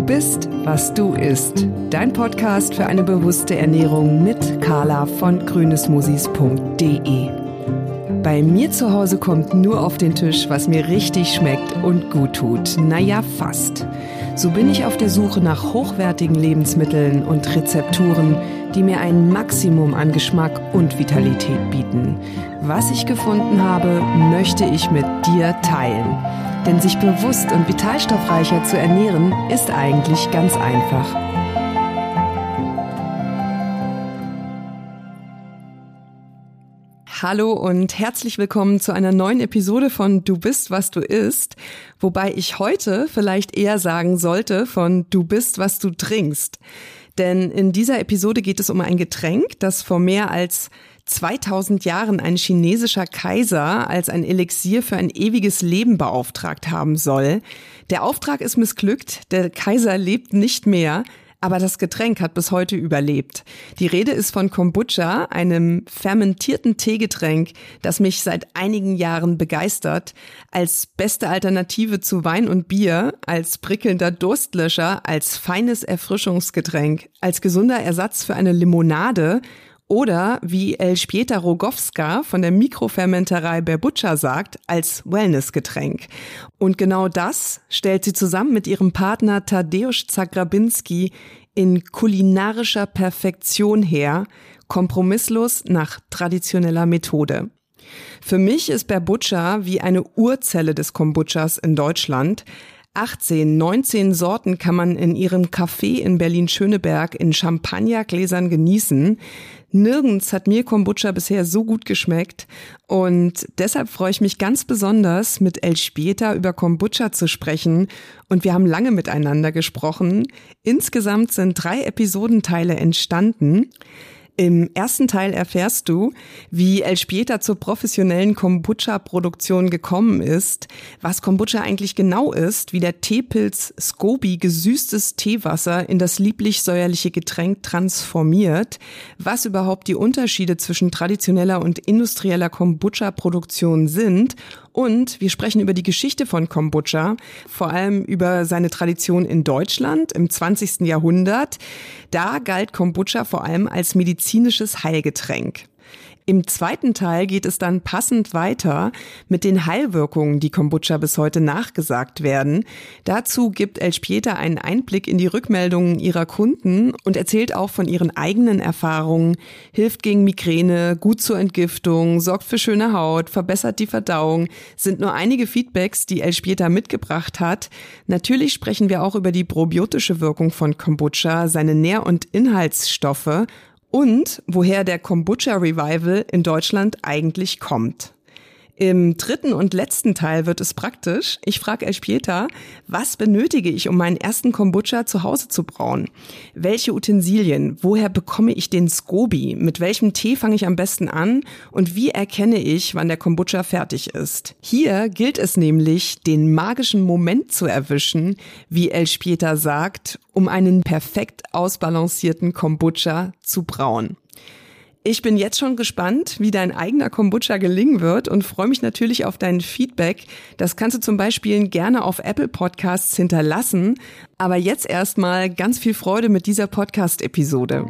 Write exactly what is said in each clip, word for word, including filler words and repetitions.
bist, was du isst. Dein Podcast für eine bewusste Ernährung mit Carla von grünesmusis punkt de. Bei mir zu Hause kommt nur auf den Tisch, was mir richtig schmeckt und gut tut. Naja, fast. So bin ich auf der Suche nach hochwertigen Lebensmitteln und Rezepturen, die mir ein Maximum an Geschmack und Vitalität bieten. Was ich gefunden habe, möchte ich mit dir teilen. Denn sich bewusst und vitalstoffreicher zu ernähren, ist eigentlich ganz einfach. Hallo und herzlich willkommen zu einer neuen Episode von Du bist, was du isst, wobei ich heute vielleicht eher sagen sollte von Du bist, was du trinkst. Denn in dieser Episode geht es um ein Getränk, das vor mehr als zweitausend Jahren ein chinesischer Kaiser als ein Elixier für ein ewiges Leben beauftragt haben soll. Der Auftrag ist missglückt, der Kaiser lebt nicht mehr, aber das Getränk hat bis heute überlebt. Die Rede ist von Kombucha, einem fermentierten Teegetränk, das mich seit einigen Jahren begeistert. Als beste Alternative zu Wein und Bier, als prickelnder Durstlöscher, als feines Erfrischungsgetränk, als gesunder Ersatz für eine Limonade oder, wie Elżbieta Rogowska von der Mikrofermenterei Bębucha sagt, als Wellnessgetränk. Und genau das stellt sie zusammen mit ihrem Partner Tadeusz Zagrabinski in kulinarischer Perfektion her, kompromisslos nach traditioneller Methode. Für mich ist Bębucha wie eine Urzelle des Kombuchas in Deutschland. achtzehn, neunzehn Sorten kann man in ihrem Café in Berlin-Schöneberg in Champagnergläsern genießen. Nirgends hat mir Kombucha bisher so gut geschmeckt und deshalb freue ich mich ganz besonders, mit Elżbieta über Kombucha zu sprechen und wir haben lange miteinander gesprochen. Insgesamt sind drei Episodenteile entstanden. Im ersten Teil erfährst du, wie Elżbieta zur professionellen Kombucha-Produktion gekommen ist, was Kombucha eigentlich genau ist, wie der Teepilz Scoby gesüßtes Teewasser in das lieblich-säuerliche Getränk transformiert, was überhaupt die Unterschiede zwischen traditioneller und industrieller Kombucha-Produktion sind. Und wir sprechen über die Geschichte von Kombucha, vor allem über seine Tradition in Deutschland im zwanzigsten Jahrhundert. Da galt Kombucha vor allem als medizinisches Heilgetränk. Im zweiten Teil geht es dann passend weiter mit den Heilwirkungen, die Kombucha bis heute nachgesagt werden. Dazu gibt Elżbieta einen Einblick in die Rückmeldungen ihrer Kunden und erzählt auch von ihren eigenen Erfahrungen, hilft gegen Migräne, gut zur Entgiftung, sorgt für schöne Haut, verbessert die Verdauung, sind nur einige Feedbacks, die Elżbieta mitgebracht hat. Natürlich sprechen wir auch über die probiotische Wirkung von Kombucha, seine Nähr- und Inhaltsstoffe und woher der Kombucha-Revival in Deutschland eigentlich kommt. Im dritten und letzten Teil wird es praktisch. Ich frage Elżbieta, was benötige ich, um meinen ersten Kombucha zu Hause zu brauen? Welche Utensilien? Woher bekomme ich den Scoby? Mit welchem Tee fange ich am besten an? Und wie erkenne ich, wann der Kombucha fertig ist? Hier gilt es nämlich, den magischen Moment zu erwischen, wie Elżbieta sagt, um einen perfekt ausbalancierten Kombucha zu brauen. Ich bin jetzt schon gespannt, wie dein eigener Kombucha gelingen wird und freue mich natürlich auf dein Feedback. Das kannst du zum Beispiel gerne auf Apple Podcasts hinterlassen. Aber jetzt erstmal ganz viel Freude mit dieser Podcast-Episode.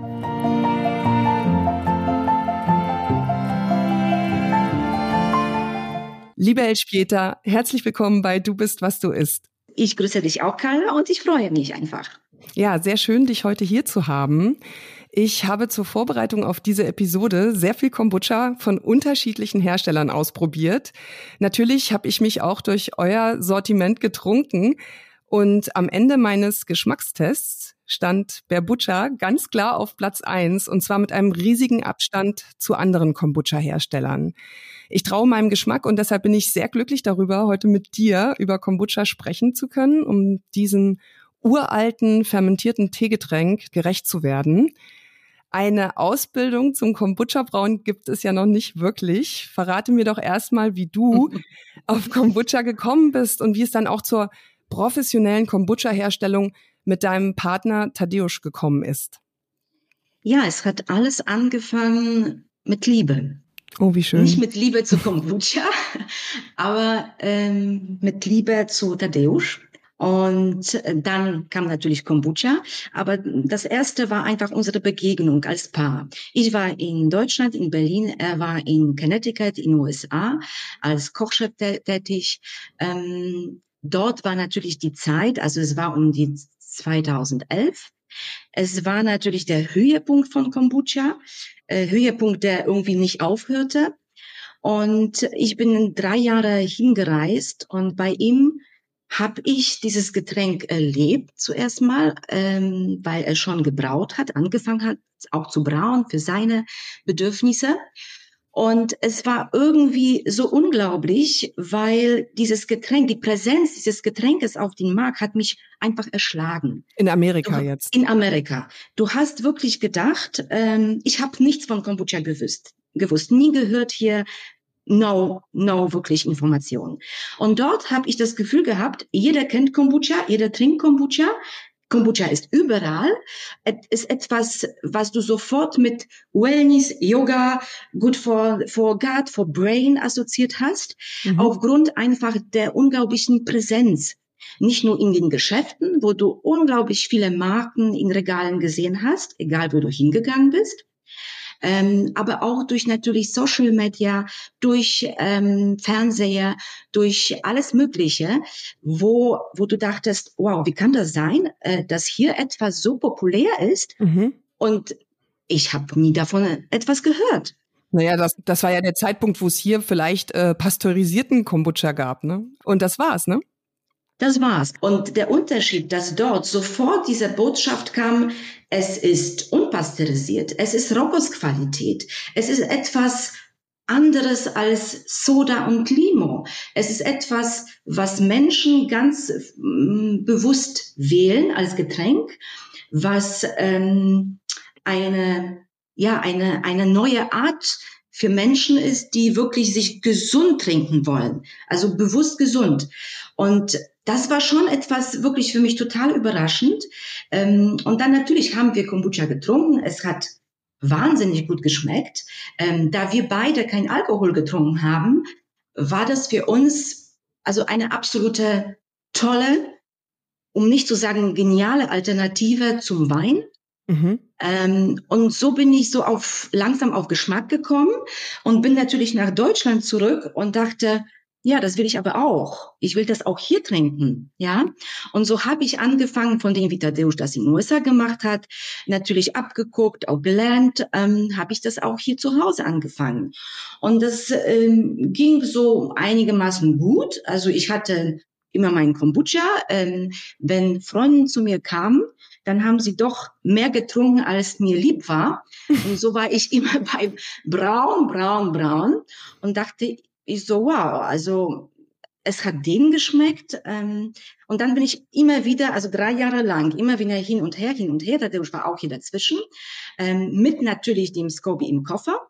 Liebe Elżbieta, herzlich willkommen bei Du bist, was du isst. Ich grüße dich auch, Carla, und ich freue mich einfach. Ja, sehr schön, dich heute hier zu haben. Ich habe zur Vorbereitung auf diese Episode sehr viel Kombucha von unterschiedlichen Herstellern ausprobiert. Natürlich habe ich mich auch durch euer Sortiment getrunken und am Ende meines Geschmackstests stand Bębucha ganz klar auf Platz eins und zwar mit einem riesigen Abstand zu anderen Kombucha-Herstellern. Ich traue meinem Geschmack und deshalb bin ich sehr glücklich darüber, heute mit dir über Kombucha sprechen zu können, um diesem uralten, fermentierten Teegetränk gerecht zu werden. Eine Ausbildung zum Kombucha-Brauen gibt es ja noch nicht wirklich. Verrate mir doch erstmal, wie du auf Kombucha gekommen bist und wie es dann auch zur professionellen Kombucha-Herstellung mit deinem Partner Tadeusz gekommen ist. Ja, es hat alles angefangen mit Liebe. Oh, wie schön. Nicht mit Liebe zu Kombucha, aber ähm, mit Liebe zu Tadeusz. Und dann kam natürlich Kombucha, aber das erste war einfach unsere Begegnung als Paar. Ich war in Deutschland, in Berlin, er war in Connecticut, in den U S A, als Kochchef tätig. Ähm, dort war natürlich die Zeit, also es war um die zweitausendelf. Es war natürlich der Höhepunkt von Kombucha, äh, Höhepunkt, der irgendwie nicht aufhörte. Und ich bin drei Jahre hingereist und bei ihm habe ich dieses Getränk erlebt zuerst mal, ähm, weil er schon gebraut hat, angefangen hat, auch zu brauen für seine Bedürfnisse. Und es war irgendwie so unglaublich, weil dieses Getränk, die Präsenz dieses Getränkes auf dem Markt hat mich einfach erschlagen. In Amerika jetzt? In Amerika. Du hast wirklich gedacht, ähm, ich habe nichts von Kombucha gewusst, gewusst, nie gehört hier. No, no, wirklich Informationen. Und dort habe ich das Gefühl gehabt, jeder kennt Kombucha, jeder trinkt Kombucha. Kombucha ist überall. Es ist etwas, was du sofort mit Wellness, Yoga, good for, for gut, for brain assoziiert hast, mhm. aufgrund einfach der unglaublichen Präsenz. Nicht nur in den Geschäften, wo du unglaublich viele Marken in Regalen gesehen hast, egal wo du hingegangen bist. Ähm, aber auch durch natürlich Social Media, durch ähm, Fernseher, durch alles Mögliche, wo wo du dachtest, wow, wie kann das sein, äh, dass hier etwas so populär ist, mhm. und ich habe nie davon etwas gehört. Naja, das, das war ja der Zeitpunkt, wo es hier vielleicht äh, pasteurisierten Kombucha gab, ne? Und das war's, ne? Das war's. Und der Unterschied, dass dort sofort diese Botschaft kam, es ist unpasteurisiert, es ist Rohkostqualität, es ist etwas anderes als Soda und Limo. Es ist etwas, was Menschen ganz mm, bewusst wählen als Getränk, was ähm, eine, ja, eine, eine neue Art für Menschen ist, die wirklich sich gesund trinken wollen. Also bewusst gesund. Und das war schon etwas wirklich für mich total überraschend. Und dann natürlich haben wir Kombucha getrunken. Es hat wahnsinnig gut geschmeckt. Da wir beide kein Alkohol getrunken haben, war das für uns also eine absolute tolle, um nicht zu sagen geniale Alternative zum Wein. Mhm. Ähm, und so bin ich so auf langsam auf Geschmack gekommen und bin natürlich nach Deutschland zurück und dachte, ja, das will ich aber auch. Ich will das auch hier trinken, ja. Und so habe ich angefangen, von dem, wie Tadeusz das in den U S A gemacht hat, natürlich abgeguckt, auch gelernt, ähm, habe ich das auch hier zu Hause angefangen. Und das ähm, ging so einigermaßen gut. Also ich hatte immer meinen Kombucha. Ähm, wenn Freunde zu mir kamen, dann haben sie doch mehr getrunken, als mir lieb war. Und so war ich immer bei braun, braun, braun und dachte ich so, wow, also es hat denen geschmeckt. Ähm, und dann bin ich immer wieder, also drei Jahre lang, immer wieder hin und her, hin und her, Tadeusz war auch hier dazwischen, ähm, mit natürlich dem Scoby im Koffer.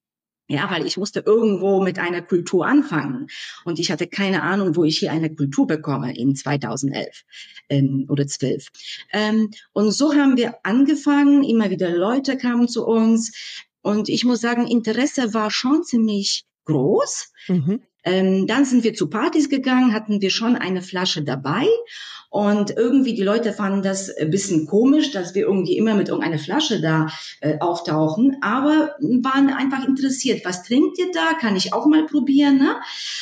Ja, weil ich musste irgendwo mit einer Kultur anfangen. Und ich hatte keine Ahnung, wo ich hier eine Kultur bekomme in zweitausendelf ähm, oder zwölf. Ähm, und so haben wir angefangen, immer wieder Leute kamen zu uns. Und ich muss sagen, Interesse war schon ziemlich groß. Mhm. Ähm, dann sind wir zu Partys gegangen, hatten wir schon eine Flasche dabei. Und irgendwie die Leute fanden das ein bisschen komisch, dass wir irgendwie immer mit irgendeiner Flasche da äh, auftauchen, aber waren einfach interessiert. Was trinkt ihr da? Kann ich auch mal probieren, ne?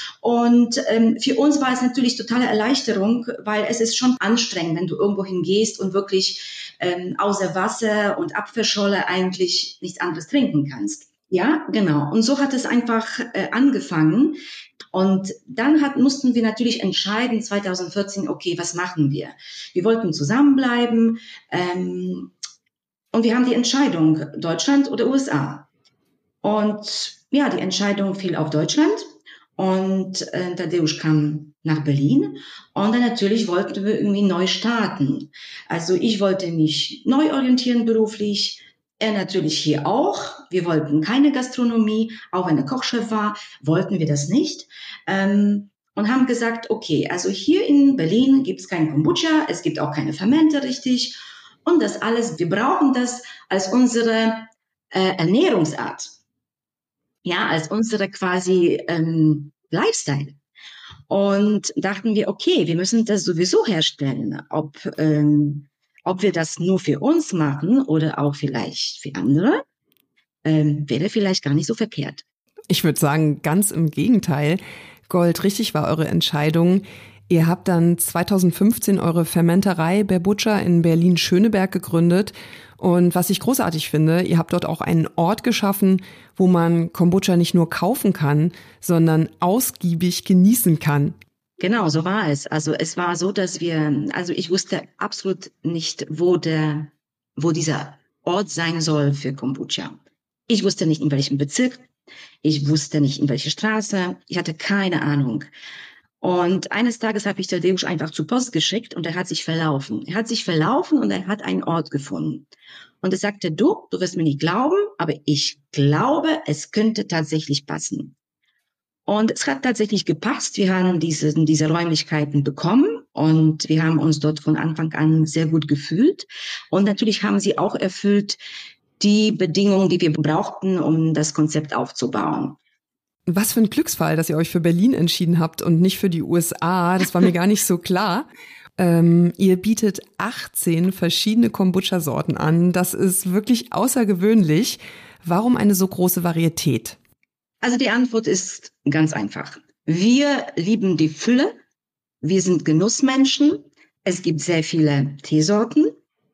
Und ähm, für uns war es natürlich totale Erleichterung, weil es ist schon anstrengend, wenn du irgendwo hingehst und wirklich ähm, außer Wasser und Apfelschorle eigentlich nichts anderes trinken kannst. Ja, genau. Und so hat es einfach äh, angefangen. Und dann hat, mussten wir natürlich entscheiden, zweitausendvierzehn, okay, was machen wir? Wir wollten zusammenbleiben ähm, und wir haben die Entscheidung, Deutschland oder U S A. Und ja, die Entscheidung fiel auf Deutschland und äh, Tadeusz kam nach Berlin und dann natürlich wollten wir irgendwie neu starten. Also ich wollte mich neu orientieren beruflich, er natürlich hier auch. Wir wollten keine Gastronomie, auch wenn er Kochchef war, wollten wir das nicht. Ähm, und haben gesagt, okay, also hier in Berlin gibt es kein Kombucha, es gibt auch keine Fermente richtig. Und das alles, wir brauchen das als unsere äh, Ernährungsart. Ja, als unsere quasi ähm, Lifestyle. Und dachten wir, okay, wir müssen das sowieso herstellen. Ob, ähm, ob wir das nur für uns machen oder auch vielleicht für andere, ähm, wäre vielleicht gar nicht so verkehrt. Ich würde sagen, ganz im Gegenteil. Gold richtig war eure Entscheidung. Ihr habt dann zweitausendfünfzehn eure Fermenterei Berbuccia in Berlin-Schöneberg gegründet. Und was ich großartig finde, ihr habt dort auch einen Ort geschaffen, wo man Kombucha nicht nur kaufen kann, sondern ausgiebig genießen kann. Genau, so war es. Also es war so, dass wir, also ich wusste absolut nicht, wo der, wo dieser Ort sein soll für Kombucha. Ich wusste nicht, in welchem Bezirk. Ich wusste nicht, in welche Straße. Ich hatte keine Ahnung. Und eines Tages habe ich Tadeusz einfach zur Post geschickt und er hat sich verlaufen. Er hat sich verlaufen und er hat einen Ort gefunden. Und er sagte, du, du wirst mir nicht glauben, aber ich glaube, es könnte tatsächlich passen. Und es hat tatsächlich gepasst. Wir haben diese, diese Räumlichkeiten bekommen und wir haben uns dort von Anfang an sehr gut gefühlt. Und natürlich haben sie auch erfüllt die Bedingungen, die wir brauchten, um das Konzept aufzubauen. Was für ein Glücksfall, dass ihr euch für Berlin entschieden habt und nicht für die U S A. Das war mir gar nicht so klar. Ähm, ihr bietet achtzehn verschiedene Kombucha-Sorten an. Das ist wirklich außergewöhnlich. Warum eine so große Varietät? Also die Antwort ist ganz einfach. Wir lieben die Fülle. Wir sind Genussmenschen. Es gibt sehr viele Teesorten.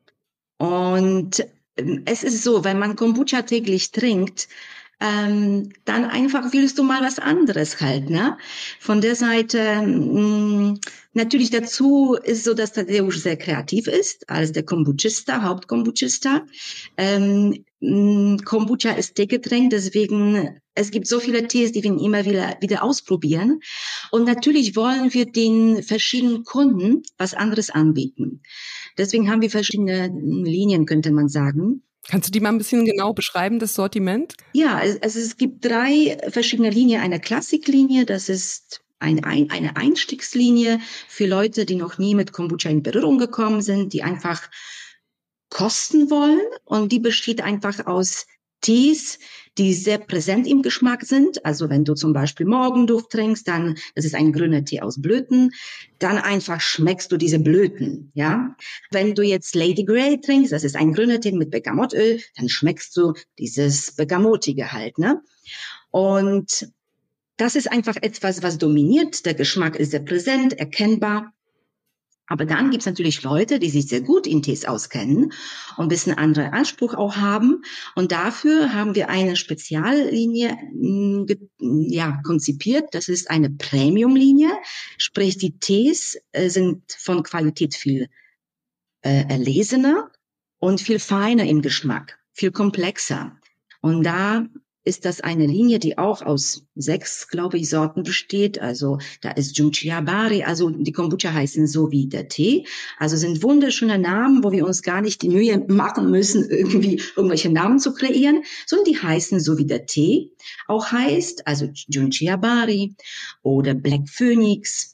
Und es ist so, wenn man Kombucha täglich trinkt, ähm, dann einfach willst du mal was anderes halt, ne? Von der Seite, mh, natürlich dazu ist so, dass Tadeusz sehr kreativ ist, als der Kombuchista, Hauptkombuchista. Ähm, mh, Kombucha ist Teegetränk, deswegen, es gibt so viele Tees, die wir immer wieder, wieder ausprobieren. Und natürlich wollen wir den verschiedenen Kunden was anderes anbieten. Deswegen haben wir verschiedene Linien, könnte man sagen. Kannst du die mal ein bisschen genau beschreiben, das Sortiment? Ja, also es gibt drei verschiedene Linien. Eine Klassiklinie, das ist ein, ein, eine Einstiegslinie für Leute, die noch nie mit Kombucha in Berührung gekommen sind, die einfach kosten wollen. Und die besteht einfach aus Tees, die sehr präsent im Geschmack sind. Also wenn du zum Beispiel Morgenduft trinkst, dann, das ist ein grüner Tee aus Blüten, dann einfach schmeckst du diese Blüten, ja. Wenn du jetzt Lady Grey trinkst, das ist ein grüner Tee mit Bergamottöl, dann schmeckst du dieses Bergamotige halt, ne. Und das ist einfach etwas, was dominiert. Der Geschmack ist sehr präsent, erkennbar. Aber dann gibt's natürlich Leute, die sich sehr gut in Tees auskennen und ein bisschen anderen Anspruch auch haben. Und dafür haben wir eine Speziallinie mh, ja, konzipiert. Das ist eine Premium-Linie. Sprich, die Tees äh, sind von Qualität viel äh, erlesener und viel feiner im Geschmack, viel komplexer. Und da ist das eine Linie, die auch aus sechs, glaube ich, Sorten besteht. Also da ist Junchiabari, also die Kombucha heißen so wie der Tee. Also sind wunderschöne Namen, wo wir uns gar nicht die Mühe machen müssen, irgendwie irgendwelche Namen zu kreieren, sondern die heißen so wie der Tee auch heißt. Also Junchiabari oder Black Phoenix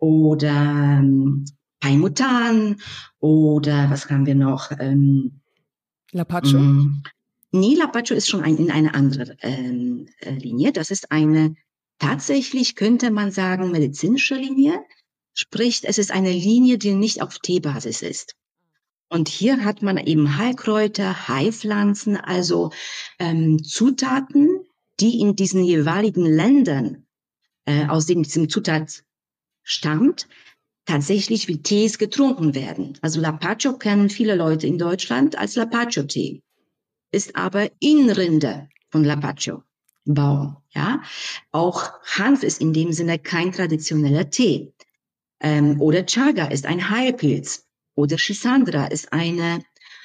oder ähm, Paimutan oder was haben wir noch? Ähm, Lapacho? Mm, Nee, Lapacho ist schon ein, in eine andere ähm, äh, Linie. Das ist eine, tatsächlich könnte man sagen, medizinische Linie. Sprich, es ist eine Linie, die nicht auf Teebasis ist. Und hier hat man eben Heilkräuter, Heilpflanzen, also ähm, Zutaten, die in diesen jeweiligen Ländern, äh, aus denen diese Zutat stammt, tatsächlich wie Tees getrunken werden. Also Lapacho kennen viele Leute in Deutschland als Lapacho-Tee. Ist aber in Rinde von Lapacho Baum, ja. Auch Hanf ist in dem Sinne kein traditioneller Tee. Ähm, oder Chaga ist ein Heilpilz. Oder Schisandra ist eine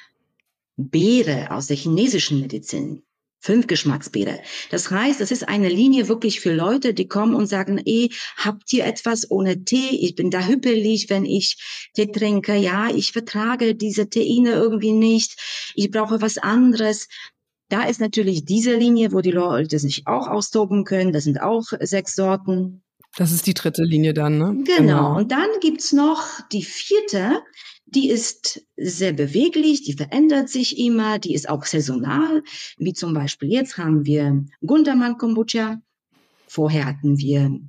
Beere aus der chinesischen Medizin. Fünf Geschmacksbeere. Das heißt, das ist eine Linie wirklich für Leute, die kommen und sagen, eh, habt ihr etwas ohne Tee? Ich bin da hüppelig, wenn ich Tee trinke. Ja, ich vertrage diese Teine irgendwie nicht. Ich brauche was anderes. Da ist natürlich diese Linie, wo die Leute sich auch austoben können. Das sind auch sechs Sorten. Das ist die dritte Linie dann, ne? Genau. genau. Und dann gibt's noch die vierte. Die ist sehr beweglich, die verändert sich immer, die ist auch saisonal, wie zum Beispiel jetzt haben wir Gundermann Kombucha, vorher hatten wir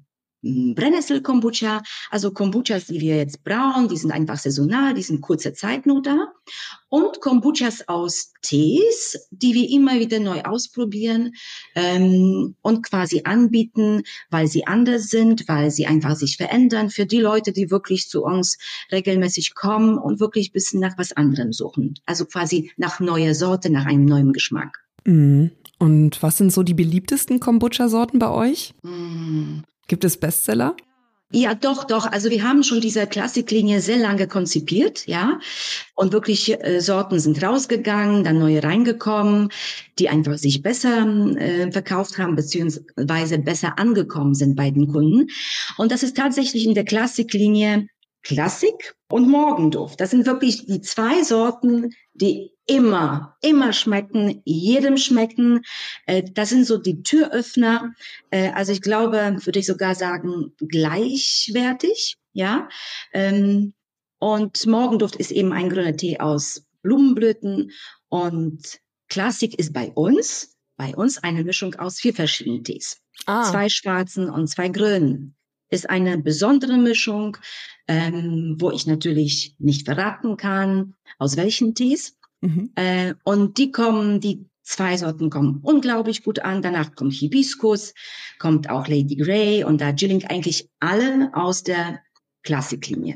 Brennnessel-Kombucha, also Kombuchas, die wir jetzt brauen, die sind einfach saisonal, die sind kurze Zeit nur da. Und Kombuchas aus Tees, die wir immer wieder neu ausprobieren ähm, und quasi anbieten, weil sie anders sind, weil sie einfach sich verändern für die Leute, die wirklich zu uns regelmäßig kommen und wirklich ein bisschen nach was anderem suchen. Also quasi nach neuer Sorte, nach einem neuen Geschmack. Mhm. Und was sind so die beliebtesten Kombucha-Sorten bei euch? Mm. Gibt es Bestseller? Ja, doch, doch. Also wir haben schon diese Klassiklinie sehr lange konzipiert, ja. Und wirklich äh, Sorten sind rausgegangen, dann neue reingekommen, die einfach sich besser äh, verkauft haben, beziehungsweise besser angekommen sind bei den Kunden. Und das ist tatsächlich in der Klassiklinie Klassik und Morgenduft. Das sind wirklich die zwei Sorten, die immer, immer schmecken, jedem schmecken. Äh, das sind so die Türöffner. Äh, also ich glaube, würde ich sogar sagen, gleichwertig, ja. Ähm, und Morgenduft ist eben ein grüner Tee aus Blumenblüten und Klassik ist bei uns, bei uns eine Mischung aus vier verschiedenen Tees. Ah. Zwei schwarzen und zwei grünen. Ist eine besondere Mischung, ähm, wo ich natürlich nicht verraten kann, aus welchen Tees. Mhm. Äh, und die kommen, die zwei Sorten kommen unglaublich gut an. Danach kommt Hibiskus, kommt auch Lady Grey und Darjeeling, eigentlich alle aus der Klassiklinie.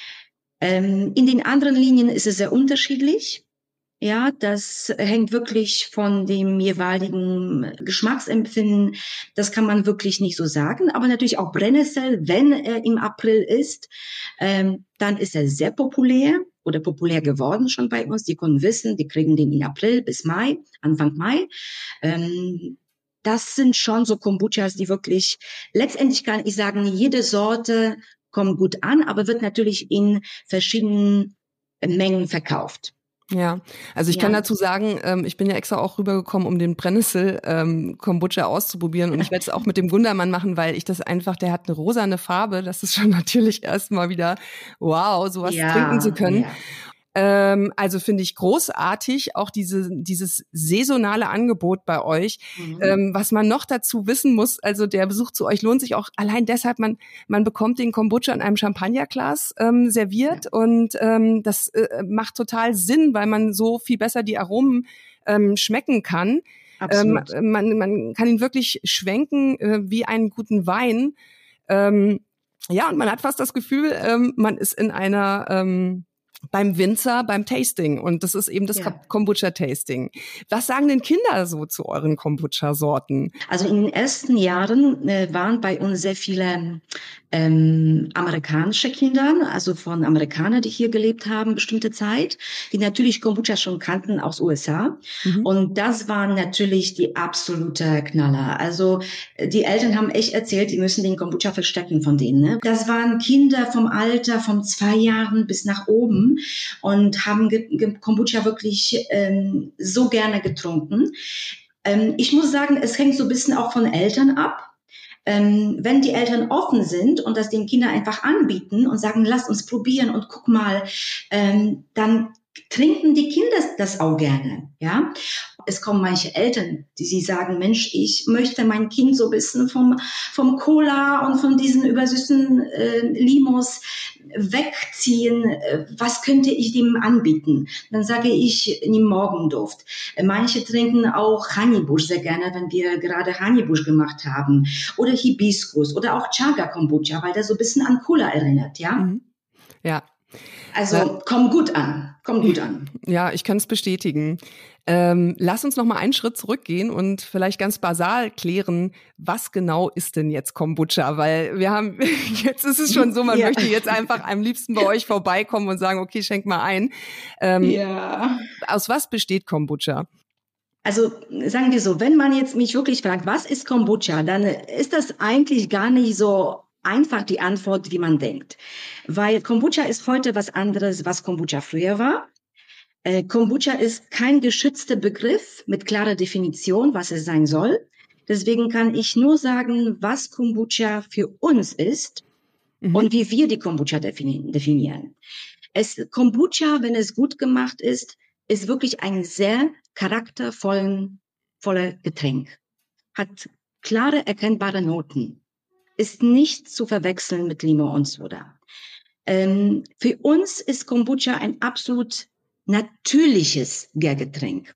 Ähm, in den anderen Linien ist es sehr unterschiedlich. Ja, das hängt wirklich von dem jeweiligen Geschmacksempfinden. Das kann man wirklich nicht so sagen. Aber natürlich auch Brennnessel, wenn er im April ist, ähm, dann ist er sehr populär oder populär geworden schon bei uns. Die Kunden wissen, die kriegen den in April bis Mai, Anfang Mai. Ähm, das sind schon so Kombuchas, die wirklich, letztendlich kann ich sagen, jede Sorte kommt gut an, aber wird natürlich in verschiedenen Mengen verkauft. Ja, also ich ja. kann dazu sagen, ähm, ich bin ja extra auch rübergekommen, um den Brennnessel-Kombucha ähm, auszuprobieren und ich werde es auch mit dem Gundermann machen, weil ich das einfach, der hat eine rosane Farbe, das ist schon natürlich erstmal wieder wow, sowas ja, trinken zu können. Ja. Ähm, also finde ich großartig, auch diese, dieses saisonale Angebot bei euch. Mhm. Ähm, was man noch dazu wissen muss, also der Besuch zu euch lohnt sich auch allein deshalb, man, man bekommt den Kombucha in einem Champagnerglas ähm, serviert ja. und ähm, das äh, macht total Sinn, weil man so viel besser die Aromen ähm, schmecken kann. Absolut. Ähm, man, man kann ihn wirklich schwenken äh, wie einen guten Wein. Ähm, ja, und man hat fast das Gefühl, ähm, man ist in einer ähm, beim Winzer, beim Tasting. Und das ist eben das ja. Kombucha-Tasting. Was sagen denn Kinder so zu euren Kombucha-Sorten? Also in den ersten Jahren äh, waren bei uns sehr viele ähm, amerikanische Kinder, also von Amerikanern, die hier gelebt haben, bestimmte Zeit, die natürlich Kombucha schon kannten aus U S A. Mhm. Und das waren natürlich die absolute Knaller. Also die Eltern haben echt erzählt, die müssen den Kombucha verstecken von denen. Ne? Das waren Kinder vom Alter von zwei Jahren bis nach oben und haben ge- ge- Kombucha wirklich ähm, so gerne getrunken. Ähm, ich muss sagen, es hängt so ein bisschen auch von Eltern ab. Ähm, wenn die Eltern offen sind und das den Kindern einfach anbieten und sagen, lass uns probieren und guck mal, ähm, dann trinken die Kinder das auch gerne, ja. Es kommen manche Eltern, die sie sagen, Mensch, ich möchte mein Kind so ein bisschen vom, vom Cola und von diesen übersüßen äh, Limos wegziehen. Was könnte ich dem anbieten? Dann sage ich, nimm Morgenduft. Manche trinken auch Honeybush sehr gerne, wenn wir gerade Honeybush gemacht haben. Oder Hibiskus oder auch Chaga Kombucha, weil der so ein bisschen an Cola erinnert, ja? Mhm. Ja. Also ja. kommt gut an, kommt gut an. Ja, ich kann es bestätigen. Ähm, lass uns noch mal einen Schritt zurückgehen und vielleicht ganz basal klären, was genau ist denn jetzt Kombucha? Weil wir haben, jetzt ist es schon so, man ja. möchte jetzt einfach am liebsten bei euch vorbeikommen und sagen, okay, schenk mal ein. Ähm, ja. Aus was besteht Kombucha? Also sagen wir so, wenn man jetzt mich wirklich fragt, was ist Kombucha, dann ist das eigentlich gar nicht so einfach die Antwort, wie man denkt. Weil Kombucha ist heute was anderes, was Kombucha früher war. Äh, Kombucha ist kein geschützter Begriff mit klarer Definition, was es sein soll. Deswegen kann ich nur sagen, was Kombucha für uns ist mhm. und wie wir die Kombucha defini- definieren. Es, Kombucha, wenn es gut gemacht ist, ist wirklich ein sehr charaktervollen, voller Getränk. Hat klare, erkennbare Noten. ist nicht zu verwechseln mit Limo und Soda. Ähm, für uns ist Kombucha ein absolut natürliches Gärgetränk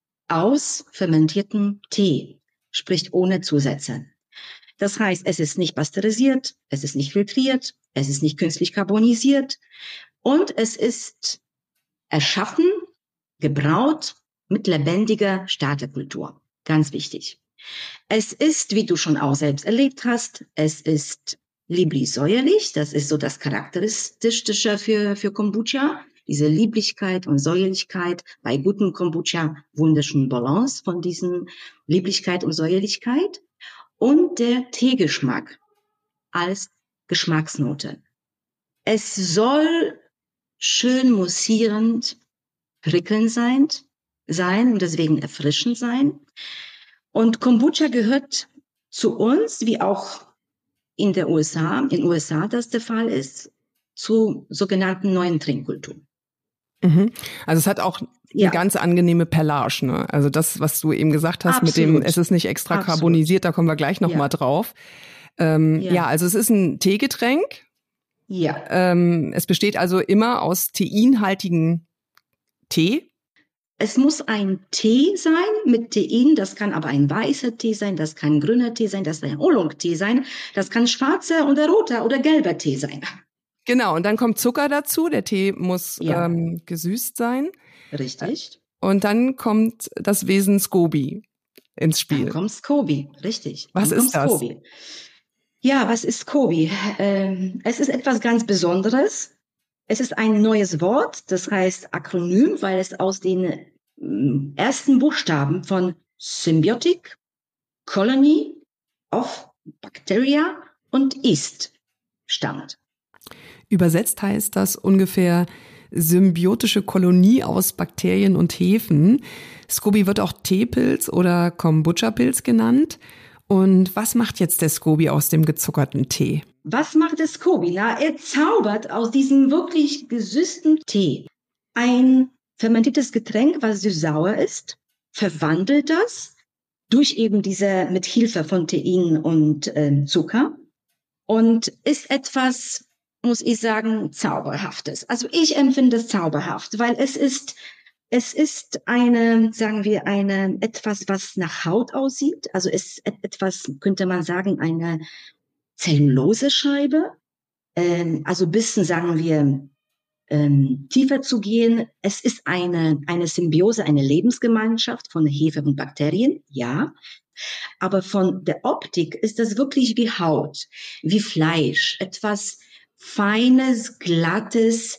aus fermentiertem Tee, sprich ohne Zusätze. Das heißt, es ist nicht pasteurisiert, es ist nicht filtriert, es ist nicht künstlich carbonisiert und es ist erschaffen, gebraut mit lebendiger Starterkultur. Ganz wichtig. Es ist, wie du schon auch selbst erlebt hast, es ist lieblich-säuerlich. Das ist so das Charakteristische für, für Kombucha. Diese Lieblichkeit und Säuerlichkeit bei gutem Kombucha, wunderschöne Balance von diesen Lieblichkeit und Säuerlichkeit. Und der Teegeschmack als Geschmacksnote. Es soll schön mussierend, prickelnd sein, sein und deswegen erfrischend sein. Und Kombucha gehört zu uns, wie auch in der U S A, in den U S A das der Fall ist, zu sogenannten neuen Trinkkultur. Mhm. Also es hat auch Ja. eine ganz angenehme Perlage, ne? Also das, was du eben gesagt hast, Absolut. mit dem, es ist nicht extra Absolut. carbonisiert, da kommen wir gleich noch Ja. mal drauf. Ähm, ja. Ja. also es ist ein Teegetränk. Ja. Ähm, es besteht also immer aus teinhaltigen Tee. Es muss ein Tee sein mit Tein, das kann aber ein weißer Tee sein, das kann ein grüner Tee sein, das kann ein Oolong-Tee sein, das kann schwarzer oder roter oder gelber Tee sein. Genau, und dann kommt Zucker dazu, der Tee muss Ja. ähm, gesüßt sein. Richtig. Und dann kommt das Wesen Scoby ins Spiel. Dann kommt Scoby, richtig. Was Dann ist kommt das? Scoby. Ja, was ist Scoby? Ähm, es ist etwas ganz Besonderes. Es ist ein neues Wort, das heißt Akronym, weil es aus den mm, ersten Buchstaben von Symbiotic, Colony of Bacteria und Yeast stammt. Übersetzt heißt das ungefähr symbiotische Kolonie aus Bakterien und Hefen. Scoby wird auch Teepilz oder Kombucha-Pilz genannt. Und was macht jetzt der Scoby aus dem gezuckerten Tee? Was macht der Scoby? Na, er zaubert aus diesem wirklich gesüßten Tee ein fermentiertes Getränk, was süß-sauer ist, verwandelt das durch eben diese mit Hilfe von Tein und äh, Zucker und ist etwas, muss ich sagen, Zauberhaftes. Also ich empfinde es zauberhaft, weil es ist Es ist eine, sagen wir, eine, etwas, was nach Haut aussieht. Also es ist etwas, könnte man sagen, eine Zellulosescheibe. Ähm, also ein bisschen, sagen wir, ähm, tiefer zu gehen. Es ist eine, eine Symbiose, eine Lebensgemeinschaft von Hefe und Bakterien, ja. Aber von der Optik ist das wirklich wie Haut, wie Fleisch, etwas Feines, Glattes,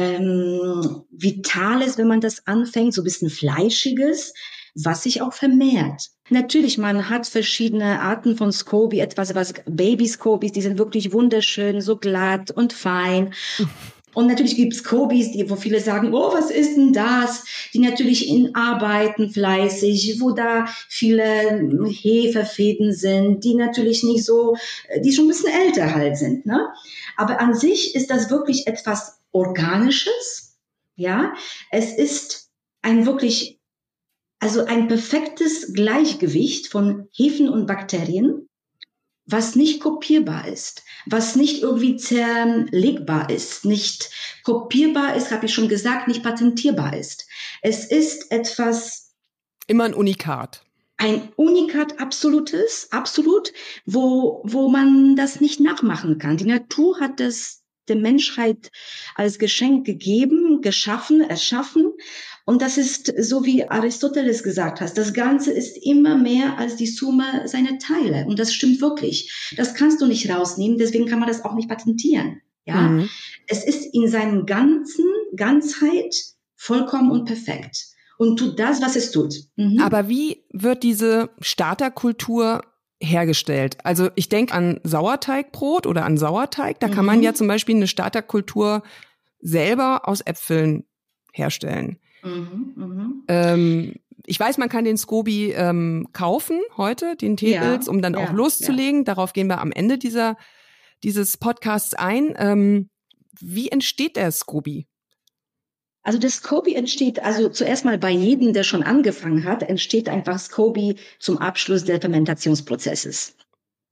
ähm, Vitales, wenn man das anfängt, so ein bisschen Fleischiges, was sich auch vermehrt. Natürlich, man hat verschiedene Arten von Scoby, etwas, was Baby-Scobys, die sind wirklich wunderschön, so glatt und fein. Und natürlich gibt es Scobys, die, wo viele sagen, oh, was ist denn das? Die natürlich in arbeiten fleißig, wo da viele Hefefäden sind, die natürlich nicht so, die schon ein bisschen älter halt sind, ne? Aber an sich ist das wirklich etwas Organisches, ja. Es ist ein wirklich, also ein perfektes Gleichgewicht von Hefen und Bakterien, was nicht kopierbar ist, was nicht irgendwie zerlegbar ist, nicht kopierbar ist, habe ich schon gesagt, nicht patentierbar ist. Es ist etwas... Immer ein Unikat. Ein Unikat absolutes, absolut, wo, wo man das nicht nachmachen kann. Die Natur hat das der Menschheit als Geschenk gegeben, geschaffen, erschaffen. Und das ist, so wie Aristoteles gesagt hat, das Ganze ist immer mehr als die Summe seiner Teile. Und das stimmt wirklich. Das kannst du nicht rausnehmen, deswegen kann man das auch nicht patentieren. Ja, mhm. Es ist in seinem ganzen Ganzheit vollkommen und perfekt. Und tut das, was es tut. Mhm. Aber wie wird diese Starterkultur hergestellt? Also ich denke an Sauerteigbrot oder an Sauerteig. Da mhm. kann man ja zum Beispiel eine Starterkultur selber aus Äpfeln herstellen. Mhm, mh. ähm, ich weiß, man kann den Scoby ähm, kaufen heute, den Teepilz, ja, um dann ja, auch loszulegen. Ja. Darauf gehen wir am Ende dieser, dieses Podcasts ein. Ähm, wie entsteht der Scoby? Also das Scoby entsteht, also zuerst mal bei jedem, der schon angefangen hat, entsteht einfach Scoby zum Abschluss des Fermentationsprozesses.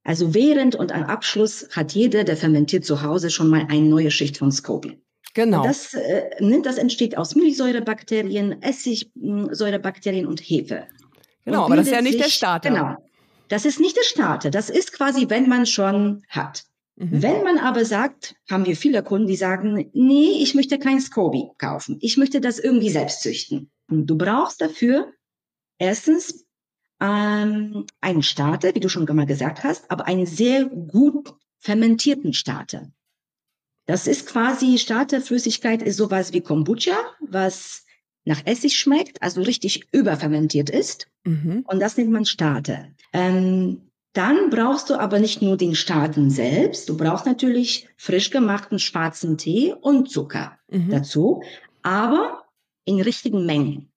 Also während und am Abschluss hat jeder, der fermentiert zu Hause, schon mal eine neue Schicht von SCOBY. Genau. Und das, äh, ne, das entsteht aus Milchsäurebakterien, Essigsäurebakterien und Hefe. Genau, und aber das ist ja nicht sich, der Starter. Genau. Das ist nicht der Starter. Das ist quasi, wenn man schon hat. Mhm. Wenn man aber sagt, haben wir viele Kunden, die sagen, nee, ich möchte kein SCOBY kaufen. Ich möchte das irgendwie selbst züchten. Und du brauchst dafür erstens ähm, einen Starter, wie du schon mal gesagt hast, aber einen sehr gut fermentierten Starter. Das ist quasi, Starterflüssigkeit ist sowas wie Kombucha, was nach Essig schmeckt, also richtig überfermentiert ist. Mhm. Und das nennt man Starter. Ähm, dann brauchst du aber nicht nur den Starter selbst, du brauchst natürlich frisch gemachten schwarzen Tee und Zucker mhm. dazu, aber in richtigen Mengen.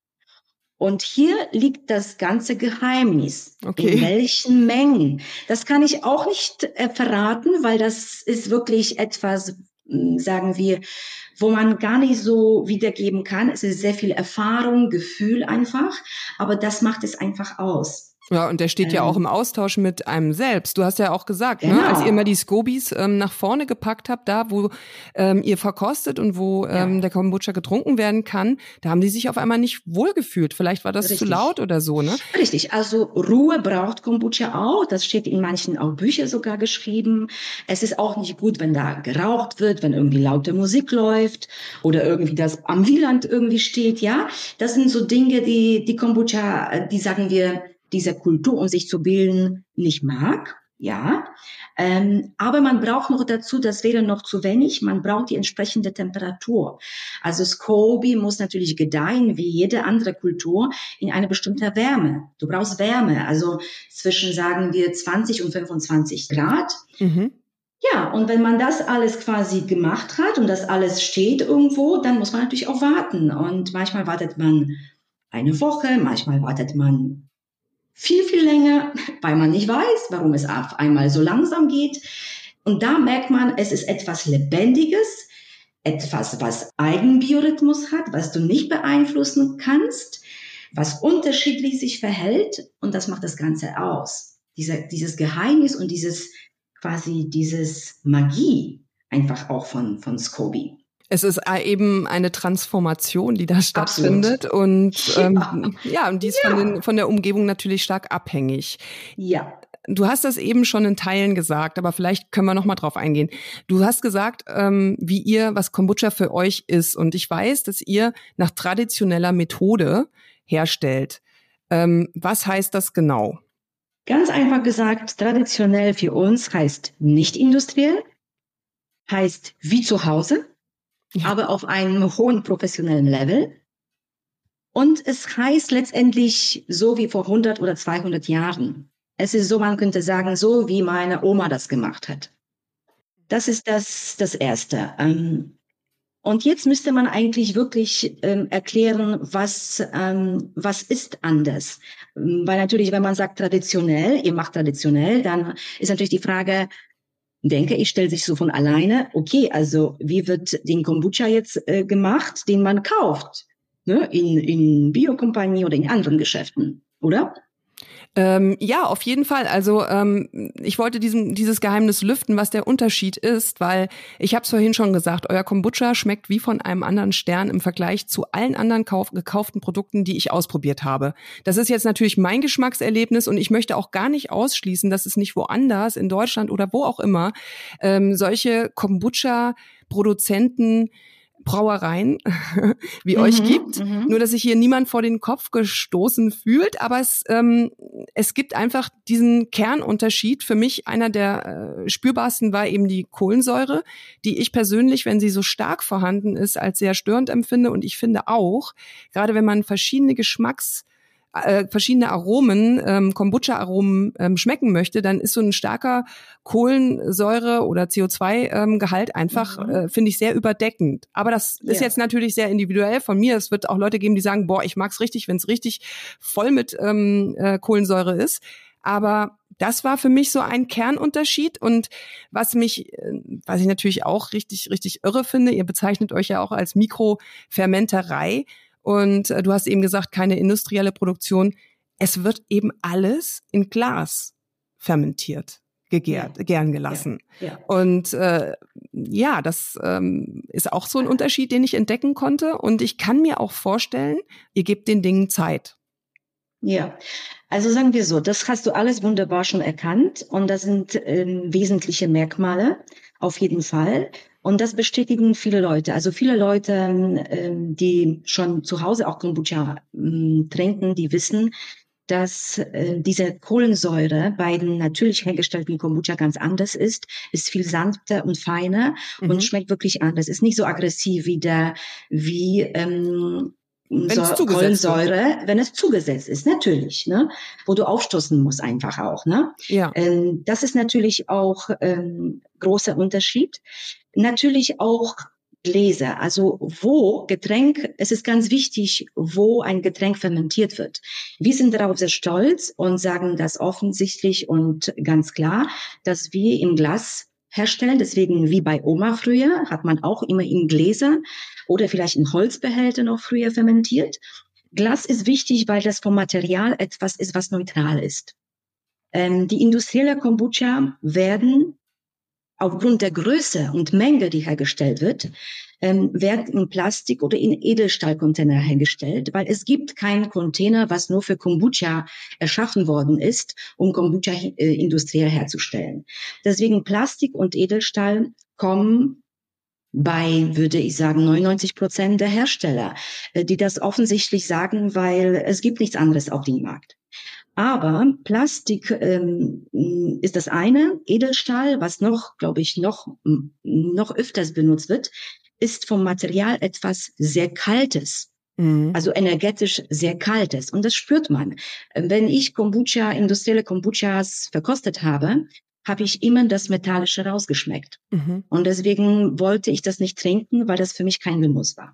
Und hier liegt das ganze Geheimnis. Okay. In welchen Mengen? Das kann ich auch nicht äh, verraten, weil das ist wirklich etwas, sagen wir, wo man gar nicht so wiedergeben kann. Es ist sehr viel Erfahrung, Gefühl einfach, aber das macht es einfach aus. Ja, und der steht ähm, ja auch im Austausch mit einem selbst. Du hast ja auch gesagt, genau. ne, als ihr mal die SCOBYs ähm, nach vorne gepackt habt, da wo ähm, ihr verkostet und wo ähm, ja. der Kombucha getrunken werden kann, da haben die sich auf einmal nicht wohlgefühlt. Vielleicht war das Richtig. zu laut oder so, ne? Richtig, also Ruhe braucht Kombucha auch. Das steht in manchen auch Büchern sogar geschrieben. Es ist auch nicht gut, wenn da geraucht wird, wenn irgendwie laute Musik läuft oder irgendwie das am Wieland irgendwie steht, ja. Das sind so Dinge, die die Kombucha, die sagen wir, diese Kultur, um sich zu bilden, nicht mag, ja. Ähm, aber man braucht noch dazu, das wäre noch zu wenig, man braucht die entsprechende Temperatur. Also SCOBY muss natürlich gedeihen, wie jede andere Kultur, in einer bestimmten Wärme. Du brauchst Wärme, also zwischen, sagen wir, zwanzig und fünfundzwanzig Grad. Mhm. Ja, und wenn man das alles quasi gemacht hat und das alles steht irgendwo, dann muss man natürlich auch warten. Und manchmal wartet man eine Woche, manchmal wartet man viel, viel länger, weil man nicht weiß, warum es auf einmal so langsam geht. Und da merkt man, es ist etwas Lebendiges, etwas, was Eigenbiorhythmus hat, was du nicht beeinflussen kannst, was unterschiedlich sich verhält. Und das macht das Ganze aus. Diese, dieses Geheimnis und dieses quasi dieses Magie einfach auch von, von SCOBY. Es ist eben eine Transformation, die da stattfindet. Absolut. Und ähm, ja. ja, und die ist ja. von, den, von der Umgebung natürlich stark abhängig. Ja. Du hast das eben schon in Teilen gesagt, aber vielleicht können wir noch mal drauf eingehen. Du hast gesagt, ähm, wie ihr, was Kombucha für euch ist. Und ich weiß, dass ihr nach traditioneller Methode herstellt. Ähm, was heißt das genau? Ganz einfach gesagt, traditionell für uns heißt nicht industriell, heißt wie zu Hause. Ja. Aber auf einem hohen professionellen Level. Und es heißt letztendlich so wie vor hundert oder zweihundert Jahren. Es ist so, man könnte sagen, so wie meine Oma das gemacht hat. Das ist das, das Erste. Und jetzt müsste man eigentlich wirklich erklären, was, was ist anders. Weil natürlich, wenn man sagt traditionell, ihr macht traditionell, dann ist natürlich die Frage, denke ich, stellt sich so von alleine, okay, also wie wird den Kombucha jetzt äh, gemacht, den man kauft, ne? in, in Biokompanie oder in anderen Geschäften, oder? Ähm, ja, auf jeden Fall. Also ähm, ich wollte diesem, dieses Geheimnis lüften, was der Unterschied ist, weil ich habe es vorhin schon gesagt, euer Kombucha schmeckt wie von einem anderen Stern im Vergleich zu allen anderen kauf- gekauften Produkten, die ich ausprobiert habe. Das ist jetzt natürlich mein Geschmackserlebnis und ich möchte auch gar nicht ausschließen, dass es nicht woanders, in Deutschland oder wo auch immer, ähm, solche Kombucha-Produzenten Brauereien wie mhm, euch gibt, mhm. nur dass sich hier niemand vor den Kopf gestoßen fühlt, aber es ähm, es gibt einfach diesen Kernunterschied. Für mich einer der äh, spürbarsten war eben die Kohlensäure, die ich persönlich, wenn sie so stark vorhanden ist, als sehr störend empfinde und ich finde auch, gerade wenn man verschiedene Geschmacks Äh, verschiedene Aromen, ähm, Kombucha-Aromen ähm, schmecken möchte, dann ist so ein starker Kohlensäure- oder C O zwei Gehalt einfach, mhm. äh, finde ich, sehr überdeckend. Aber das ja. ist jetzt natürlich sehr individuell von mir. Es wird auch Leute geben, die sagen, boah, ich mag's richtig, wenn es richtig voll mit ähm, äh, Kohlensäure ist. Aber das war für mich so ein Kernunterschied und was mich, was ich natürlich auch richtig, richtig irre finde, ihr bezeichnet euch ja auch als Mikrofermenterei. Und äh, du hast eben gesagt, keine industrielle Produktion. Es wird eben alles in Glas fermentiert. gegärt, Ja. gern gelassen. Ja. Ja. Und äh, ja, das ähm, ist auch so ein Unterschied, den ich entdecken konnte. Und ich kann mir auch vorstellen, ihr gebt den Dingen Zeit. Ja, also sagen wir so, das hast du alles wunderbar schon erkannt und das sind ähm, wesentliche Merkmale auf jeden Fall. Und das bestätigen viele Leute. Also viele Leute, ähm, die schon zu Hause auch Kombucha ähm, trinken, die wissen, dass äh, diese Kohlensäure bei den natürlich hergestellten Kombucha ganz anders ist, ist viel sanfter und feiner Mhm. und schmeckt wirklich anders. Ist nicht so aggressiv wie der, wie ähm, Wenn es so, zugesetzt wird. Kohlensäure, wenn es zugesetzt ist, natürlich, ne? Wo du aufstoßen musst einfach auch, ne? Ja. Ähm, das ist natürlich auch ähm, großer Unterschied. Natürlich auch Gläser, also wo Getränk, es ist ganz wichtig, wo ein Getränk fermentiert wird. Wir sind darauf sehr stolz und sagen das offensichtlich und ganz klar, dass wir im Glas herstellen. Deswegen wie bei Oma früher hat man auch immer in Gläsern oder vielleicht in Holzbehälter noch früher fermentiert. Glas ist wichtig, weil das vom Material etwas ist, was neutral ist. Ähm, die industrielle Kombucha werden aufgrund der Größe und Menge, die hergestellt wird, ähm, werden in Plastik oder in Edelstahlcontainer hergestellt, weil es gibt keinen Container, was nur für Kombucha erschaffen worden ist, um Kombucha äh, industriell herzustellen. Deswegen Plastik und Edelstahl kommen bei, würde ich sagen, neunundneunzig Prozent der Hersteller, äh, die das offensichtlich sagen, weil es gibt nichts anderes auf dem Markt. Aber Plastik ähm, ist das eine. Edelstahl, was noch, glaube ich, noch, noch öfters benutzt wird, ist vom Material etwas sehr Kaltes. Mhm. Also energetisch sehr Kaltes. Und das spürt man. Wenn ich Kombucha, industrielle Kombuchas verkostet habe, habe ich immer das Metallische rausgeschmeckt. Mhm. Und deswegen wollte ich das nicht trinken, weil das für mich kein Genuss war.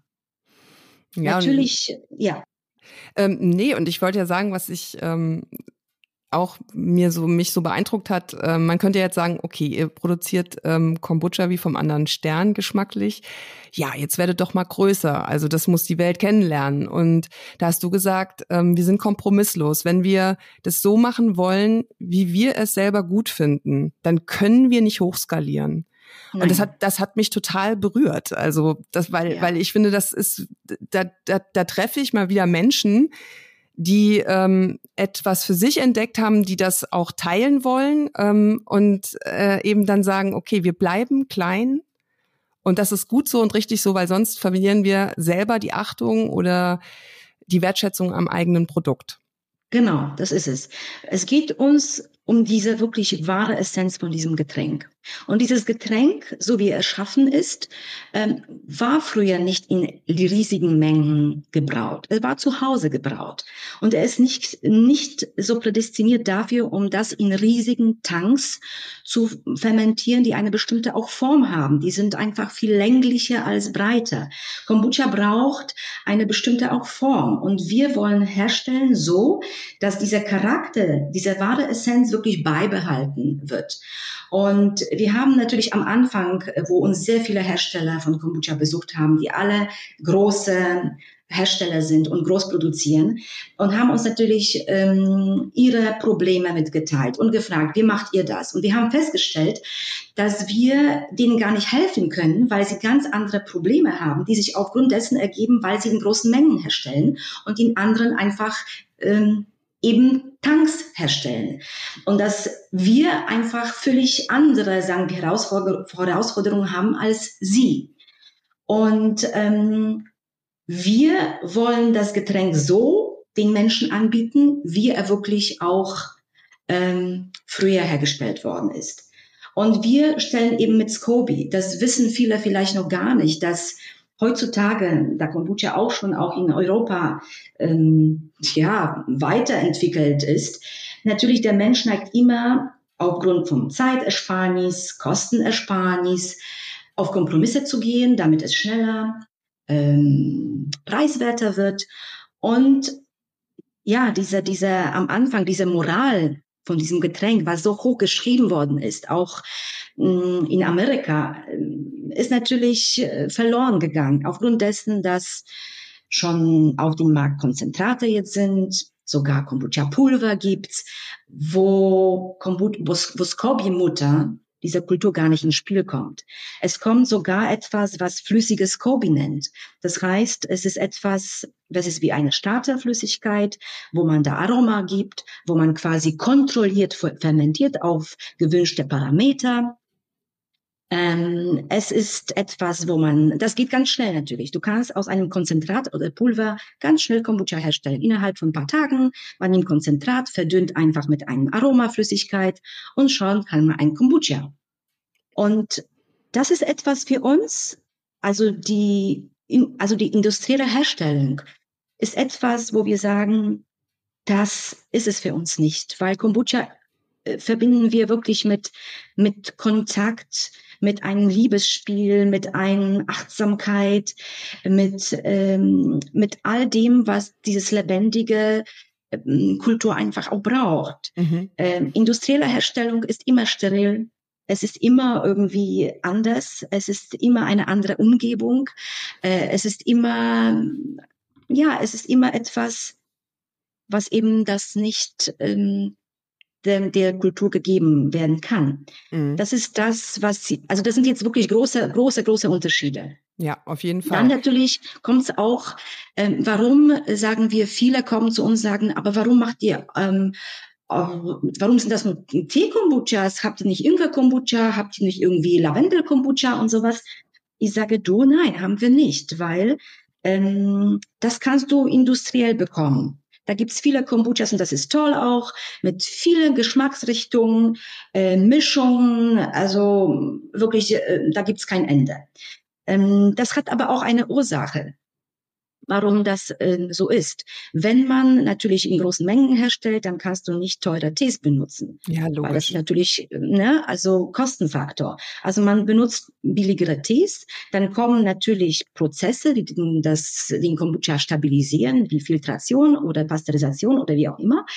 Ja, natürlich, ja. Ähm, nee, und ich wollte ja sagen, was ich ähm, auch mir so mich so beeindruckt hat, äh, man könnte jetzt sagen, okay, ihr produziert ähm, Kombucha wie vom anderen Stern geschmacklich. Ja, jetzt werdet doch mal größer. Also das muss die Welt kennenlernen. Und da hast du gesagt, ähm, wir sind kompromisslos. Wenn wir das so machen wollen, wie wir es selber gut finden, dann können wir nicht hochskalieren. Nein. Und das hat, das hat mich total berührt. Also, das, weil, ja. weil ich finde, das ist, da, da, da treffe ich mal wieder Menschen, die ähm, etwas für sich entdeckt haben, die das auch teilen wollen ähm, und äh, eben dann sagen, okay, wir bleiben klein und das ist gut so und richtig so, weil sonst verlieren wir selber die Achtung oder die Wertschätzung am eigenen Produkt. Genau, das ist es. Es geht uns um diese wirklich wahre Essenz von diesem Getränk. Und dieses Getränk, so wie er erschaffen ist, ähm, war früher nicht in riesigen Mengen gebraut. Er war zu Hause gebraut. Und er ist nicht, nicht so prädestiniert dafür, um das in riesigen Tanks zu fermentieren, die eine bestimmte auch Form haben. Die sind einfach viel länglicher als breiter. Kombucha braucht eine bestimmte auch Form. Und wir wollen herstellen so, dass dieser Charakter, diese wahre Essenz wirklich beibehalten wird. Und wir haben natürlich am Anfang, wo uns sehr viele Hersteller von Kombucha besucht haben, die alle große Hersteller sind und groß produzieren und haben uns natürlich ähm, ihre Probleme mitgeteilt und gefragt, wie macht ihr das? Und wir haben festgestellt, dass wir denen gar nicht helfen können, weil sie ganz andere Probleme haben, die sich aufgrund dessen ergeben, weil sie in großen Mengen herstellen und in anderen einfach ähm, eben Tanks herstellen. Und dass wir einfach völlig andere, sagen wir, Herausforder- Herausforderungen haben als sie. Und ähm, wir wollen das Getränk so den Menschen anbieten, wie er wirklich auch ähm, früher hergestellt worden ist. Und wir stellen eben mit Scoby, das wissen viele vielleicht noch gar nicht, dass heutzutage, da Kombucha auch schon auch in Europa ähm, ja, weiterentwickelt ist, natürlich der Mensch neigt immer aufgrund von Zeitersparnis, Kostenersparnis auf Kompromisse zu gehen, damit es schneller, ähm, preiswerter wird. Und ja, diese, diese am Anfang, diese Moral von diesem Getränk, was so hoch geschrieben worden ist, auch mh, in Amerika, ist natürlich äh, verloren gegangen, aufgrund dessen, dass schon auf dem Markt Konzentrate jetzt sind, sogar Kombucha-Pulver gibt's, wo, Kombu- wo, wo Scoby-Mutter dieser Kultur gar nicht ins Spiel kommt. Es kommt sogar etwas, was flüssiges Scoby nennt. Das heißt, es ist etwas, das ist wie eine Starterflüssigkeit, wo man da Aroma gibt, wo man quasi kontrolliert fermentiert auf gewünschte Parameter. Ähm, es ist etwas, wo man, das geht ganz schnell natürlich. Du kannst aus einem Konzentrat oder Pulver ganz schnell Kombucha herstellen. Innerhalb von ein paar Tagen, man nimmt Konzentrat, verdünnt einfach mit einem Aromaflüssigkeit und schon kann man ein Kombucha. Und das ist etwas für uns, also die, also die industrielle Herstellung ist etwas, wo wir sagen, das ist es für uns nicht, weil Kombucha äh, verbinden wir wirklich mit, mit Kontakt, mit einem Liebesspiel, mit einer Achtsamkeit, mit, ähm, mit all dem, was dieses lebendige ähm, Kultur einfach auch braucht. Mhm. Ähm, industrielle Herstellung ist immer steril. Es ist immer irgendwie anders. Es ist immer eine andere Umgebung. Äh, es ist immer, ja, es ist immer etwas, was eben das nicht ähm, der, der Kultur gegeben werden kann. Mhm. Das ist das, was sie, also das sind jetzt wirklich große, große, große Unterschiede. Ja, auf jeden Fall. Dann natürlich kommt es auch, ähm, warum sagen wir, viele kommen zu uns und sagen, aber warum macht ihr, ähm, Oh, warum sind das nur Tee-Kombuchas? Habt ihr nicht Ingwer-Kombucha? Habt ihr nicht irgendwie Lavendel-Kombucha und sowas? Ich sage, du, nein, haben wir nicht, weil ähm, das kannst du industriell bekommen. Da gibt's viele Kombuchas und das ist toll auch, mit vielen Geschmacksrichtungen, äh, Mischungen, also wirklich, äh, da gibt's kein Ende. Ähm, das hat aber auch eine Ursache, warum das äh, so ist. Wenn man natürlich in großen Mengen herstellt, dann kannst du nicht teure Tees benutzen. Ja, logisch. Weil das ist natürlich, ne, also Kostenfaktor. Also man benutzt billigere Tees, dann kommen natürlich Prozesse, die das, den Kombucha stabilisieren, wie Filtration oder Pasteurisation oder wie auch immer.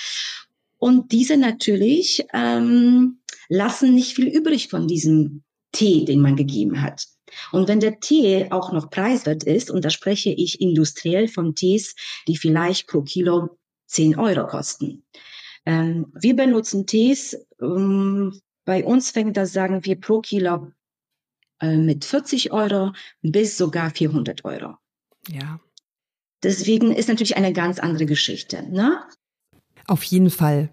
Und diese natürlich ähm, lassen nicht viel übrig von diesem Tee, den man gegeben hat. Und wenn der Tee auch noch preiswert ist, und da spreche ich industriell von Tees, die vielleicht pro Kilo zehn Euro kosten. Ähm, wir benutzen Tees, ähm, bei uns fängt das, sagen wir, pro Kilo äh, mit vierzig Euro bis sogar vierhundert Euro. Ja. Deswegen ist natürlich eine ganz andere Geschichte, ne? Auf jeden Fall.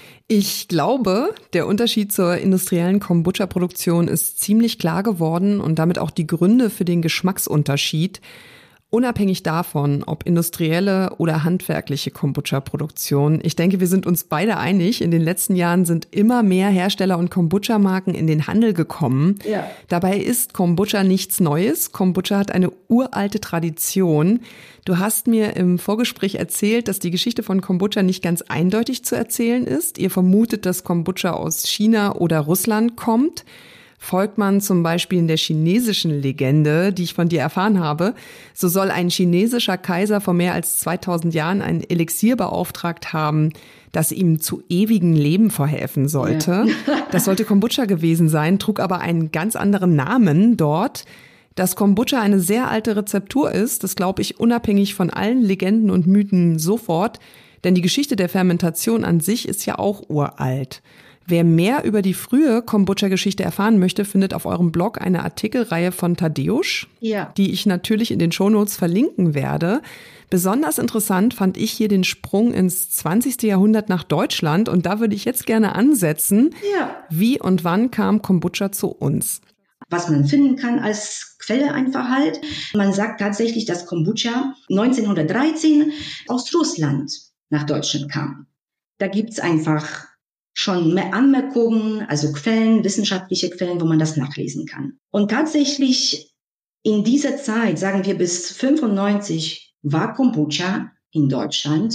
Ich glaube, der Unterschied zur industriellen Kombucha-Produktion ist ziemlich klar geworden und damit auch die Gründe für den Geschmacksunterschied, unabhängig davon, ob industrielle oder handwerkliche Kombucha-Produktion. Ich denke, wir sind uns beide einig. In den letzten Jahren sind immer mehr Hersteller und Kombucha-Marken in den Handel gekommen. Ja. Dabei ist Kombucha nichts Neues. Kombucha hat eine uralte Tradition. Du hast mir im Vorgespräch erzählt, dass die Geschichte von Kombucha nicht ganz eindeutig zu erzählen ist. Ihr vermutet, dass Kombucha aus China oder Russland kommt. Folgt man zum Beispiel in der chinesischen Legende, die ich von dir erfahren habe, so soll ein chinesischer Kaiser vor mehr als zweitausend Jahren ein Elixier beauftragt haben, das ihm zu ewigem Leben verhelfen sollte. Ja. Das sollte Kombucha gewesen sein, trug aber einen ganz anderen Namen dort. Dass Kombucha eine sehr alte Rezeptur ist, das glaube ich unabhängig von allen Legenden und Mythen sofort, denn die Geschichte der Fermentation an sich ist ja auch uralt. Wer mehr über die frühe Kombucha-Geschichte erfahren möchte, findet auf eurem Blog eine Artikelreihe von Tadeusz, ja. die ich natürlich in den Shownotes verlinken werde. Besonders interessant fand ich hier den Sprung ins zwanzigste Jahrhundert nach Deutschland und da würde ich jetzt gerne ansetzen. Ja. Wie und wann kam Kombucha zu uns? Was man finden kann als Quelle einfach halt. Man sagt tatsächlich, dass Kombucha neunzehnhundertdreizehn aus Russland nach Deutschland kam. Da gibt's einfach schon mehr Anmerkungen, also Quellen, wissenschaftliche Quellen, wo man das nachlesen kann. Und tatsächlich in dieser Zeit, sagen wir bis fünfundneunzig, war Kombucha in Deutschland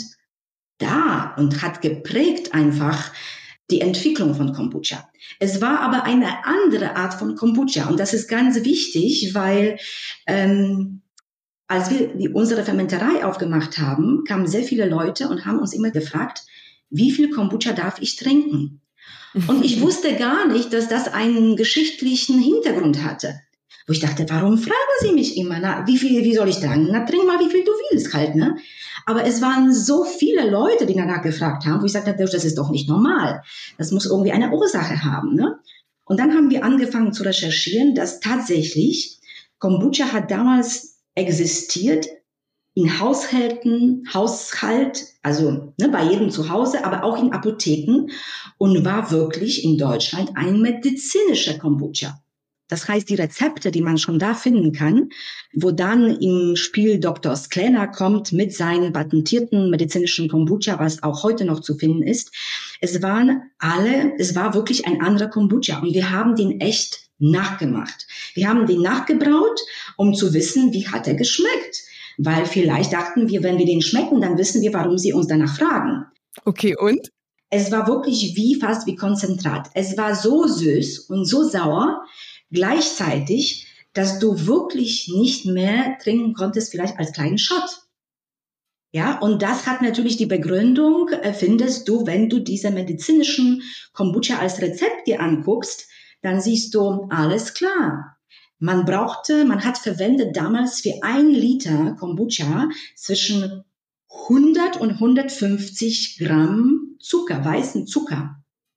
da und hat geprägt einfach die Entwicklung von Kombucha. Es war aber eine andere Art von Kombucha und das ist ganz wichtig, weil ähm, als wir die, unsere Fermenterei aufgemacht haben, kamen sehr viele Leute und haben uns immer gefragt, wie viel Kombucha darf ich trinken? Und ich wusste gar nicht, dass das einen geschichtlichen Hintergrund hatte. Wo ich dachte, warum fragen Sie mich immer, na, wie viel, wie soll ich tragen? Na, trink mal, wie viel du willst halt, ne? Aber es waren so viele Leute, die danach gefragt haben, wo ich sagte, das ist doch nicht normal. Das muss irgendwie eine Ursache haben, ne? Und dann haben wir angefangen zu recherchieren, dass tatsächlich Kombucha hat damals existiert in Haushalten, Haushalt, also ne, bei jedem zu Hause, aber auch in Apotheken und war wirklich in Deutschland ein medizinischer Kombucha. Das heißt, die Rezepte, die man schon da finden kann, wo dann im Spiel Doktor Sklenar kommt mit seinen patentierten medizinischen Kombucha, was auch heute noch zu finden ist, es waren alle, es war wirklich ein anderer Kombucha und wir haben den echt nachgemacht. Wir haben den nachgebraut, um zu wissen, wie hat er geschmeckt. Weil vielleicht dachten wir, wenn wir den schmecken, dann wissen wir, warum sie uns danach fragen. Okay, und? Es war wirklich wie, fast wie Konzentrat. Es war so süß und so sauer, gleichzeitig, dass du wirklich nicht mehr trinken konntest, vielleicht als kleinen Shot. Ja, und das hat natürlich die Begründung, findest du, wenn du diese medizinischen Kombucha als Rezept dir anguckst, dann siehst du, alles klar. Man brauchte, man hat verwendet damals für ein Liter Kombucha zwischen hundert und hundertfünfzig Gramm Zucker, weißen Zucker.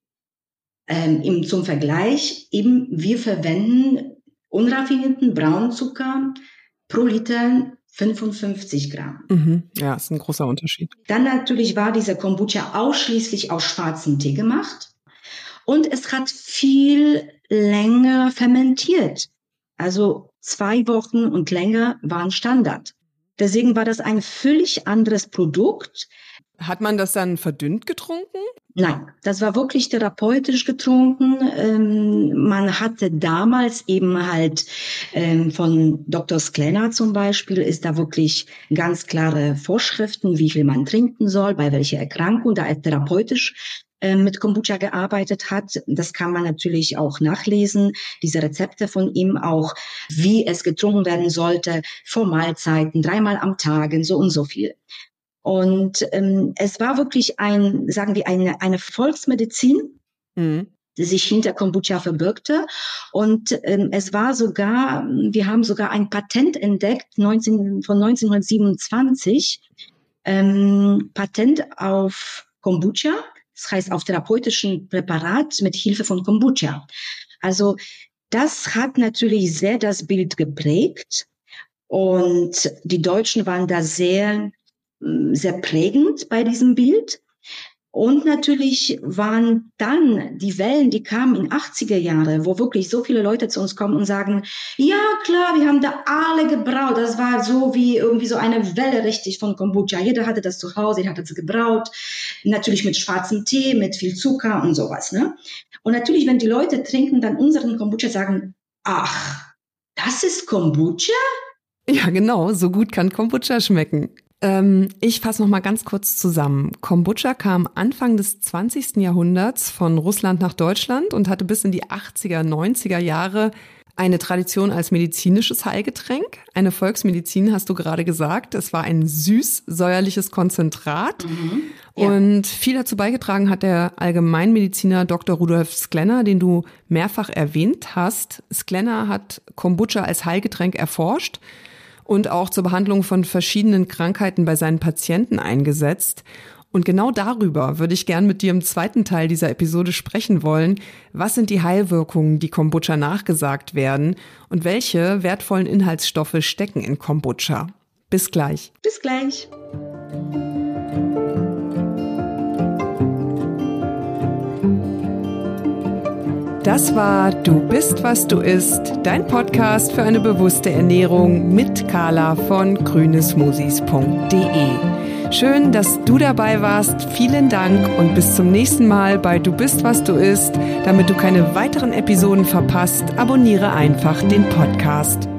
Ähm, im, zum Vergleich, eben wir verwenden unraffinierten braunen Zucker pro Liter fünfundfünfzig Gramm. Mhm. Ja, ist ein großer Unterschied. Dann natürlich war dieser Kombucha ausschließlich aus schwarzem Tee gemacht und es hat viel länger fermentiert. Also zwei Wochen und länger waren Standard. Deswegen war das ein völlig anderes Produkt. Hat man das dann verdünnt getrunken? Nein, das war wirklich therapeutisch getrunken. Ähm, man hatte damals eben halt ähm, von Doktor Sklenar zum Beispiel, ist da wirklich ganz klare Vorschriften, wie viel man trinken soll, bei welcher Erkrankung, da er therapeutisch äh, mit Kombucha gearbeitet hat. Das kann man natürlich auch nachlesen, diese Rezepte von ihm auch, wie es getrunken werden sollte, vor Mahlzeiten, dreimal am Tag, so und so viel. Und ähm, es war wirklich ein, sagen wir, eine, eine Volksmedizin, mhm. die sich hinter Kombucha verbirgte. Und ähm, es war sogar, wir haben sogar ein Patent entdeckt neunzehn, von neunzehnhundertsiebenundzwanzig, ähm, Patent auf Kombucha, das heißt auf therapeutischen Präparat mit Hilfe von Kombucha. Also das hat natürlich sehr das Bild geprägt und die Deutschen waren da sehr sehr prägend bei diesem Bild. Und natürlich waren dann die Wellen, die kamen in achtziger Jahre, wo wirklich so viele Leute zu uns kommen und sagen, ja klar, wir haben da alle gebraut. Das war so wie irgendwie so eine Welle richtig von Kombucha. Jeder hatte das zu Hause, jeder hatte das gebraut. Natürlich mit schwarzem Tee, mit viel Zucker und sowas, ne? Und natürlich, wenn die Leute trinken, dann unseren Kombucha sagen, ach, das ist Kombucha? Ja, genau, so gut kann Kombucha schmecken. Ähm, ich fasse noch mal ganz kurz zusammen. Kombucha kam Anfang des zwanzigsten Jahrhunderts von Russland nach Deutschland und hatte bis in die achtziger, neunziger Jahre eine Tradition als medizinisches Heilgetränk. Eine Volksmedizin, hast du gerade gesagt. Es war ein süß-säuerliches Konzentrat. Mhm, ja. Und viel dazu beigetragen hat der Allgemeinmediziner Doktor Rudolf Sklenar, den du mehrfach erwähnt hast. Sklenar hat Kombucha als Heilgetränk erforscht und auch zur Behandlung von verschiedenen Krankheiten bei seinen Patienten eingesetzt. Und genau darüber würde ich gern mit dir im zweiten Teil dieser Episode sprechen wollen. Was sind die Heilwirkungen, die Kombucha nachgesagt werden? Und welche wertvollen Inhaltsstoffe stecken in Kombucha? Bis gleich. Bis gleich. Das war Du bist, was du isst, dein Podcast für eine bewusste Ernährung mit Carla von grünesmoothies punkt de. Schön, dass du dabei warst. Vielen Dank und bis zum nächsten Mal bei Du bist, was du isst. Damit du keine weiteren Episoden verpasst, abonniere einfach den Podcast.